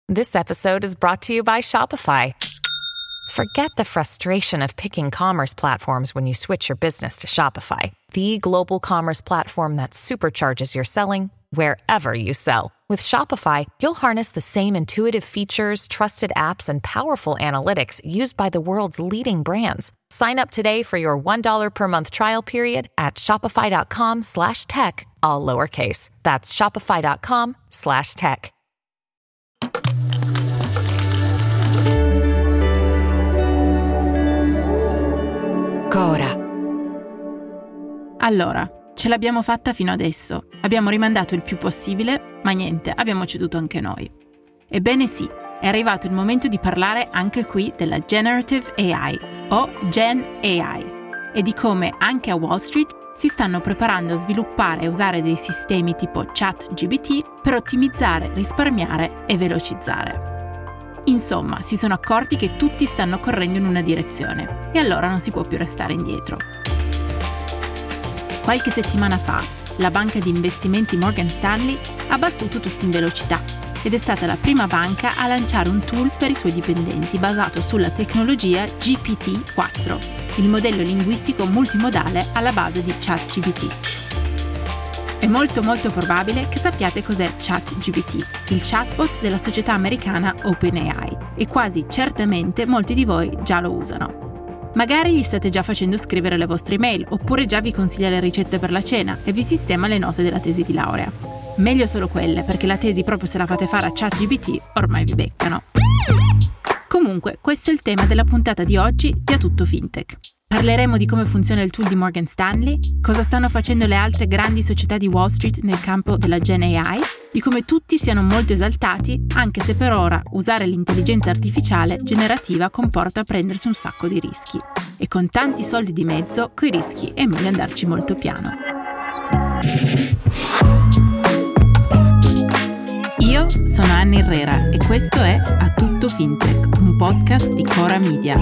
This episode is brought to you by Shopify. Forget the frustration of picking commerce platforms when you switch your business to Shopify, the global commerce platform that supercharges your selling wherever you sell. With Shopify, you'll harness the same intuitive features, trusted apps, and powerful analytics used by the world's leading brands. Sign up today for your $1 per month trial period at shopify.com/tech, all lowercase. That's shopify.com/tech. Cora. Allora, ce l'abbiamo fatta fino adesso. Abbiamo rimandato il più possibile, ma niente, abbiamo ceduto anche noi. Ebbene sì, è arrivato il momento di parlare anche qui della Generative AI, o Gen AI, e di come anche a Wall Street si stanno preparando a sviluppare e usare dei sistemi tipo ChatGPT per ottimizzare, risparmiare e velocizzare. Insomma, si sono accorti che tutti stanno correndo in una direzione e allora non si può più restare indietro. Qualche settimana fa, la banca di investimenti Morgan Stanley ha battuto tutti in velocità ed è stata la prima banca a lanciare un tool per i suoi dipendenti basato sulla tecnologia GPT-4, il modello linguistico multimodale alla base di ChatGPT. È molto probabile che sappiate cos'è ChatGPT, il chatbot della società americana OpenAI, e quasi certamente molti di voi già lo usano. Magari gli state già facendo scrivere le vostre email, oppure già vi consiglia le ricette per la cena e vi sistema le note della tesi di laurea. Meglio solo quelle, perché la tesi, proprio se la fate fare a ChatGPT, ormai vi beccano. Comunque, questo è il tema della puntata di oggi di A Tutto Fintech. Parleremo di come funziona il tool di Morgan Stanley, cosa stanno facendo le altre grandi società di Wall Street nel campo della Gen AI, di come tutti siano molto esaltati, anche se per ora usare l'intelligenza artificiale generativa comporta prendersi un sacco di rischi. E con tanti soldi di mezzo, coi rischi è meglio andarci molto piano. Io sono Anna Herrera e questo è A Tutto Fintech, un podcast di Cora Media.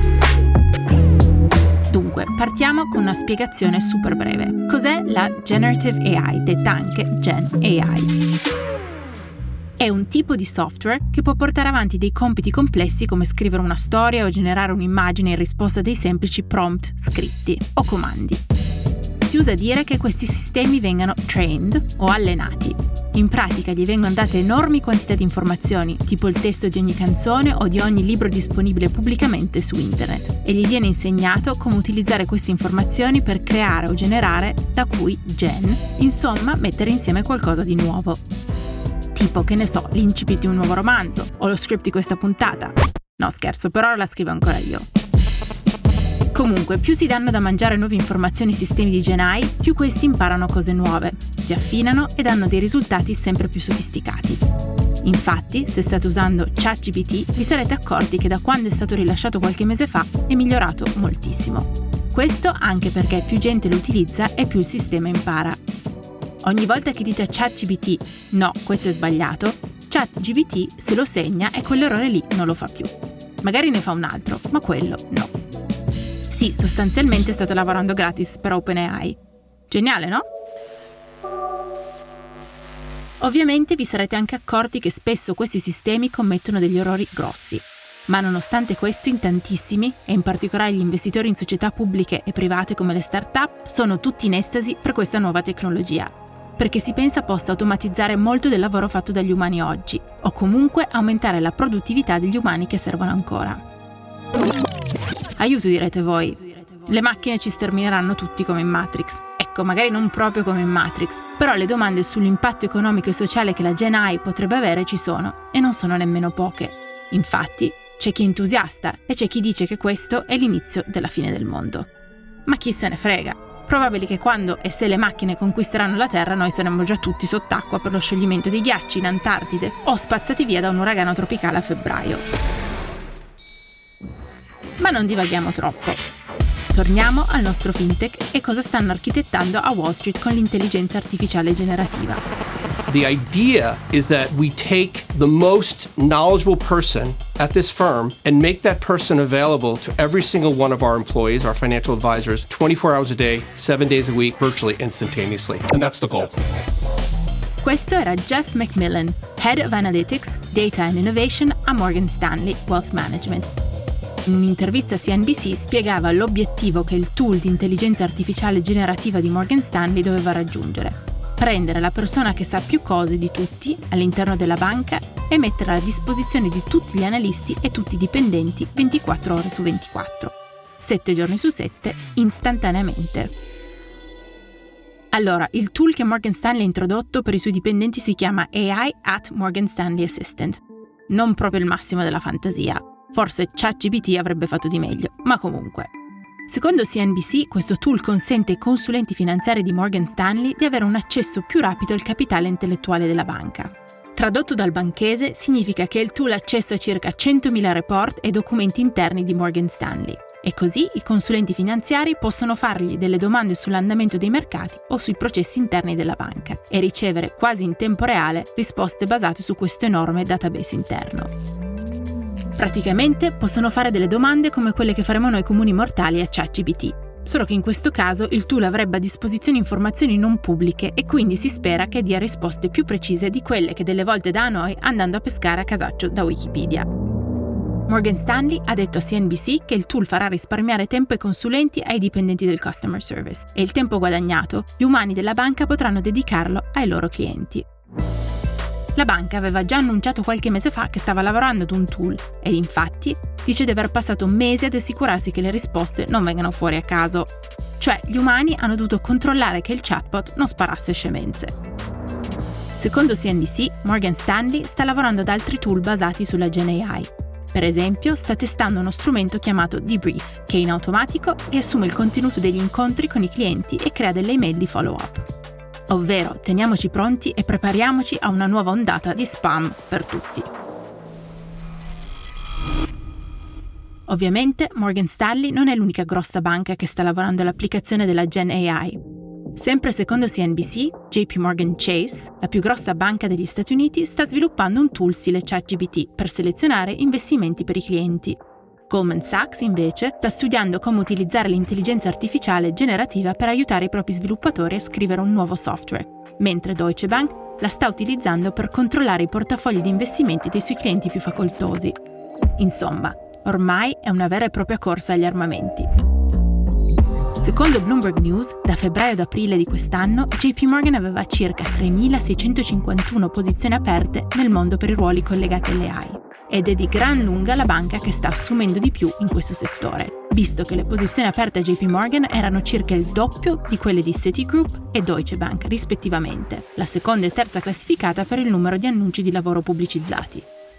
Dunque, partiamo con una spiegazione super breve. Cos'è la Generative AI, detta anche Gen AI? È un tipo di software che può portare avanti dei compiti complessi come scrivere una storia o generare un'immagine in risposta a dei semplici prompt scritti o comandi. Si usa dire che questi sistemi vengano trained o allenati. In pratica gli vengono date enormi quantità di informazioni, tipo il testo di ogni canzone o di ogni libro disponibile pubblicamente su internet, e gli viene insegnato come utilizzare queste informazioni per creare o generare, da cui gen, insomma mettere insieme qualcosa di nuovo. Tipo, che ne so, l'incipit di un nuovo romanzo o lo script di questa puntata. No, scherzo, per ora la scrivo ancora io. Comunque, più si danno da mangiare nuove informazioni ai sistemi di Gen AI, più questi imparano cose nuove, si affinano e danno dei risultati sempre più sofisticati. Infatti, se state usando ChatGPT, vi sarete accorti che da quando è stato rilasciato qualche mese fa è migliorato moltissimo. Questo anche perché più gente lo utilizza e più il sistema impara. Ogni volta che dite a ChatGPT "no, questo è sbagliato", ChatGPT se lo segna e quell'errore lì non lo fa più. Magari ne fa un altro, ma quello no. Sì, sostanzialmente state lavorando gratis per OpenAI. Geniale, no? Ovviamente vi sarete anche accorti che spesso questi sistemi commettono degli errori grossi. Ma nonostante questo, in tantissimi, e in particolare gli investitori in società pubbliche e private come le start-up, sono tutti in estasi per questa nuova tecnologia. Perché si pensa possa automatizzare molto del lavoro fatto dagli umani oggi, o comunque aumentare la produttività degli umani che servono ancora. Aiuto, direte voi. Le macchine ci stermineranno tutti come in Matrix. Ecco, magari non proprio come in Matrix, però le domande sull'impatto economico e sociale che la Gen AI potrebbe avere ci sono, e non sono nemmeno poche. Infatti, c'è chi è entusiasta e c'è chi dice che questo è l'inizio della fine del mondo. Ma chi se ne frega? Probabile che quando e se le macchine conquisteranno la Terra noi saremo già tutti sott'acqua per lo scioglimento dei ghiacci in Antartide o spazzati via da un uragano tropicale a febbraio. Ma non divaghiamo troppo. Torniamo al nostro fintech e cosa stanno architettando a Wall Street con l'intelligenza artificiale generativa. The idea is that we take the most knowledgeable person at this firm and make that person available to every single one of our employees, our financial advisors, 24 hours a day, 7 days a week, virtually instantaneously. And that's the goal. Questo era Jeff McMillan, Head of Analytics, Data and Innovation a Morgan Stanley Wealth Management. In un'intervista a CNBC spiegava l'obiettivo che il tool di intelligenza artificiale generativa di Morgan Stanley doveva raggiungere: prendere la persona che sa più cose di tutti all'interno della banca e metterla a disposizione di tutti gli analisti e tutti i dipendenti 24 ore su 24, 7 giorni su 7, istantaneamente. Allora, il tool che Morgan Stanley ha introdotto per i suoi dipendenti si chiama AI at Morgan Stanley Assistant. Non proprio il massimo della fantasia. Forse ChatGPT avrebbe fatto di meglio, ma comunque. Secondo CNBC, questo tool consente ai consulenti finanziari di Morgan Stanley di avere un accesso più rapido al capitale intellettuale della banca. Tradotto dal banchese, significa che il tool ha accesso a circa 100.000 report e documenti interni di Morgan Stanley. E così i consulenti finanziari possono fargli delle domande sull'andamento dei mercati o sui processi interni della banca e ricevere quasi in tempo reale risposte basate su questo enorme database interno. Praticamente possono fare delle domande come quelle che faremo noi comuni mortali a ChatGPT, solo che in questo caso il tool avrebbe a disposizione informazioni non pubbliche e quindi si spera che dia risposte più precise di quelle che delle volte dà a noi andando a pescare a casaccio da Wikipedia. Morgan Stanley ha detto a CNBC che il tool farà risparmiare tempo ai consulenti e ai dipendenti del customer service e il tempo guadagnato gli umani della banca potranno dedicarlo ai loro clienti. La banca aveva già annunciato qualche mese fa che stava lavorando ad un tool e infatti dice di aver passato mesi ad assicurarsi che le risposte non vengano fuori a caso. Cioè, gli umani hanno dovuto controllare che il chatbot non sparasse scemenze. Secondo CNBC, Morgan Stanley sta lavorando ad altri tool basati sulla Gen AI. Per esempio, sta testando uno strumento chiamato Debrief, che in automatico riassume il contenuto degli incontri con i clienti e crea delle email di follow-up. Ovvero, teniamoci pronti e prepariamoci a una nuova ondata di spam per tutti. Ovviamente, Morgan Stanley non è l'unica grossa banca che sta lavorando all'applicazione della Gen AI. Sempre secondo CNBC, JP Morgan Chase, la più grossa banca degli Stati Uniti, sta sviluppando un tool stile ChatGPT per selezionare investimenti per i clienti. Goldman Sachs, invece, sta studiando come utilizzare l'intelligenza artificiale generativa per aiutare i propri sviluppatori a scrivere un nuovo software, mentre Deutsche Bank la sta utilizzando per controllare i portafogli di investimenti dei suoi clienti più facoltosi. Insomma, ormai è una vera e propria corsa agli armamenti. Secondo Bloomberg News, da febbraio ad aprile di quest'anno, JP Morgan aveva circa 3.651 posizioni aperte nel mondo per i ruoli collegati alle AI. Ed è di gran lunga la banca che sta assumendo di più in questo settore, visto che le posizioni aperte a JP Morgan erano circa il doppio di quelle di Citigroup e Deutsche Bank, rispettivamente, la seconda e terza classificata per il numero di annunci di lavoro pubblicizzati.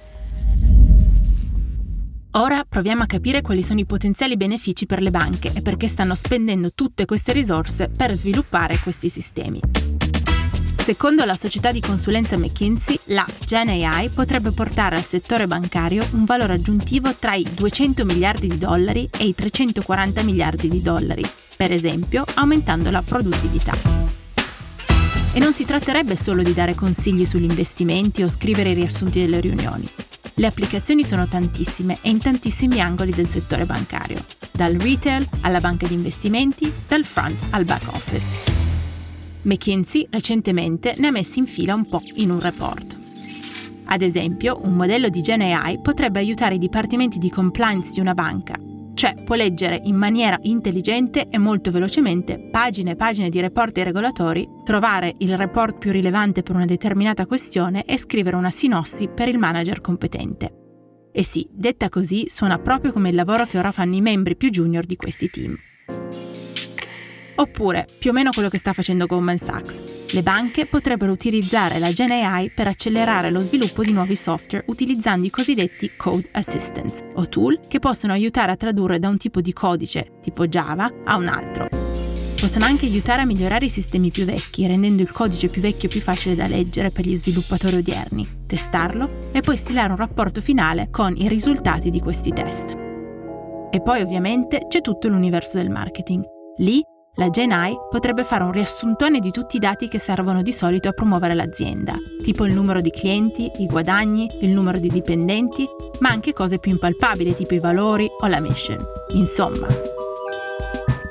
Ora proviamo a capire quali sono i potenziali benefici per le banche e perché stanno spendendo tutte queste risorse per sviluppare questi sistemi. Secondo la società di consulenza McKinsey, la Gen AI potrebbe portare al settore bancario un valore aggiuntivo tra i $200 miliardi e i $340 miliardi, per esempio aumentando la produttività. E non si tratterebbe solo di dare consigli sugli investimenti o scrivere i riassunti delle riunioni. Le applicazioni sono tantissime e in tantissimi angoli del settore bancario, dal retail alla banca di investimenti, dal front al back office. McKinsey recentemente ne ha messi in fila un po' in un report. Ad esempio, un modello di Gen AI potrebbe aiutare i dipartimenti di compliance di una banca, cioè può leggere in maniera intelligente e molto velocemente pagine e pagine di report ai regolatori, trovare il report più rilevante per una determinata questione e scrivere una sinossi per il manager competente. E sì, detta così, suona proprio come il lavoro che ora fanno i membri più junior di questi team. Oppure, più o meno quello che sta facendo Goldman Sachs. Le banche potrebbero utilizzare la Gen AI per accelerare lo sviluppo di nuovi software utilizzando i cosiddetti Code Assistants, o tool che possono aiutare a tradurre da un tipo di codice, tipo Java, a un altro. Possono anche aiutare a migliorare i sistemi più vecchi, rendendo il codice più vecchio più facile da leggere per gli sviluppatori odierni, testarlo e poi stilare un rapporto finale con i risultati di questi test. E poi ovviamente c'è tutto l'universo del marketing. Lì la Gen AI potrebbe fare un riassuntone di tutti i dati che servono di solito a promuovere l'azienda, tipo il numero di clienti, i guadagni, il numero di dipendenti, ma anche cose più impalpabili tipo i valori o la mission. Insomma, si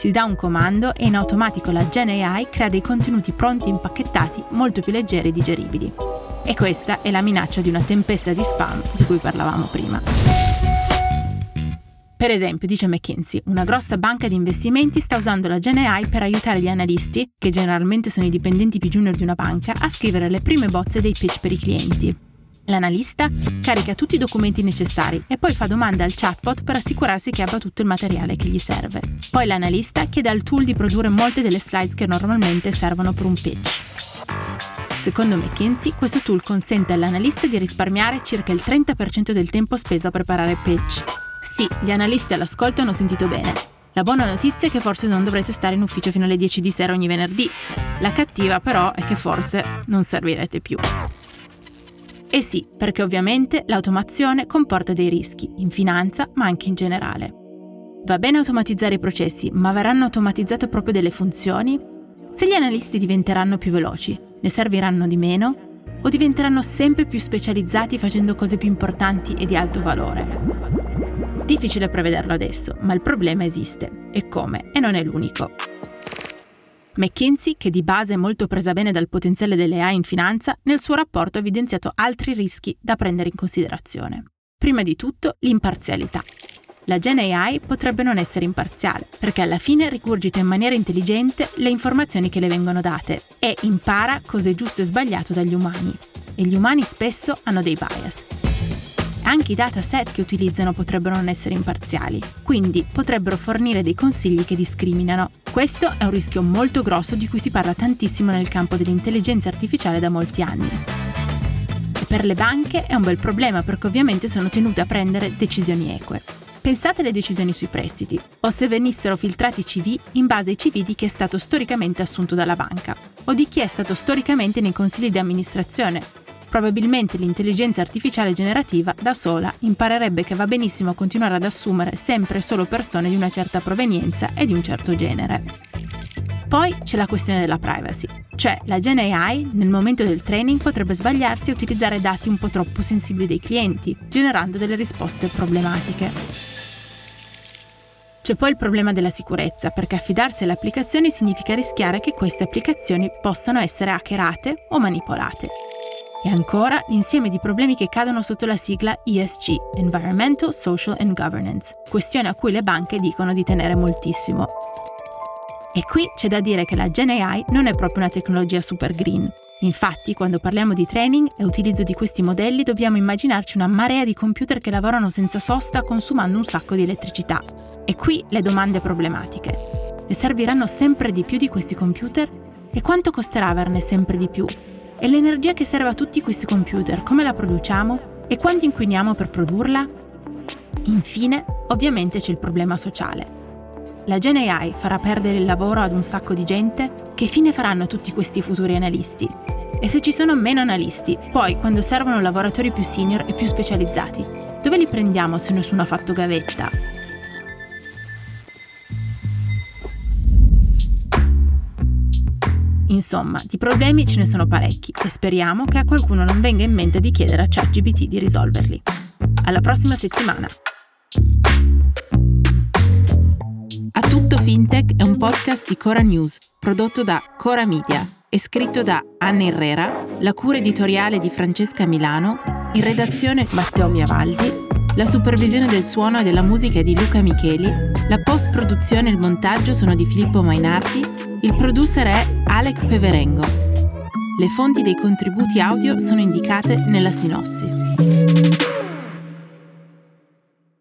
Si dà un comando e in automatico la Gen AI crea dei contenuti pronti impacchettati molto più leggeri e digeribili. E questa è la minaccia di una tempesta di spam di cui parlavamo prima. Per esempio, dice McKinsey, una grossa banca di investimenti sta usando la Gen AI per aiutare gli analisti, che generalmente sono i dipendenti più junior di una banca, a scrivere le prime bozze dei pitch per i clienti. L'analista carica tutti i documenti necessari e poi fa domande al chatbot per assicurarsi che abbia tutto il materiale che gli serve. Poi l'analista chiede al tool di produrre molte delle slides che normalmente servono per un pitch. Secondo McKinsey, questo tool consente all'analista di risparmiare circa il 30% del tempo speso a preparare pitch. Sì, gli analisti all'ascolto hanno sentito bene. La buona notizia è che forse non dovrete stare in ufficio fino alle 10 di sera ogni venerdì. La cattiva però è che forse non servirete più. E sì, perché ovviamente l'automazione comporta dei rischi, in finanza ma anche in generale. Va bene automatizzare i processi, ma verranno automatizzate proprio delle funzioni? Se gli analisti diventeranno più veloci, ne serviranno di meno? O diventeranno sempre più specializzati facendo cose più importanti e di alto valore? Difficile prevederlo adesso, ma il problema esiste. E come? E non è l'unico. McKinsey, che di base è molto presa bene dal potenziale delle AI in finanza, nel suo rapporto ha evidenziato altri rischi da prendere in considerazione. Prima di tutto, l'imparzialità. La Gen AI potrebbe non essere imparziale, perché alla fine rigurgita in maniera intelligente le informazioni che le vengono date e impara cosa è giusto e sbagliato dagli umani. E gli umani spesso hanno dei bias. Anche i dataset che utilizzano potrebbero non essere imparziali, quindi potrebbero fornire dei consigli che discriminano. Questo è un rischio molto grosso di cui si parla tantissimo nel campo dell'intelligenza artificiale da molti anni. E per le banche è un bel problema perché ovviamente sono tenute a prendere decisioni eque. Pensate alle decisioni sui prestiti, o se venissero filtrati i CV in base ai CV di chi è stato storicamente assunto dalla banca, o di chi è stato storicamente nei consigli di amministrazione. Probabilmente l'intelligenza artificiale generativa da sola imparerebbe che va benissimo continuare ad assumere sempre solo persone di una certa provenienza e di un certo genere. Poi c'è la questione della privacy, cioè la Gen AI nel momento del training potrebbe sbagliarsi e utilizzare dati un po' troppo sensibili dei clienti, generando delle risposte problematiche. C'è poi il problema della sicurezza, perché affidarsi alle applicazioni significa rischiare che queste applicazioni possano essere hackerate o manipolate. E ancora l'insieme di problemi che cadono sotto la sigla ESG, Environmental, Social and Governance, questione a cui le banche dicono di tenere moltissimo. E qui c'è da dire che la Gen AI non è proprio una tecnologia super green. Infatti, quando parliamo di training e utilizzo di questi modelli, dobbiamo immaginarci una marea di computer che lavorano senza sosta consumando un sacco di elettricità. E qui le domande problematiche. Ne serviranno sempre di più di questi computer? E quanto costerà averne sempre di più? E l'energia che serve a tutti questi computer, come la produciamo? E quanto inquiniamo per produrla? Infine, ovviamente c'è il problema sociale. La Gen AI farà perdere il lavoro ad un sacco di gente? Che fine faranno tutti questi futuri analisti? E se ci sono meno analisti, poi quando servono lavoratori più senior e più specializzati, dove li prendiamo se nessuno ha fatto gavetta? Insomma, di problemi ce ne sono parecchi e speriamo che a qualcuno non venga in mente di chiedere a ChatGPT di risolverli. Alla prossima settimana! A Tutto Fintech è un podcast di Cora News, prodotto da Cora Media e scritto da Anna Herrera, la cura editoriale di Francesca Milano, in redazione Matteo Miavaldi, la supervisione del suono e della musica è di Luca Micheli, la post-produzione e il montaggio sono di Filippo Mainardi, il producer è Alex Peverengo. Le fonti dei contributi audio sono indicate nella sinossi.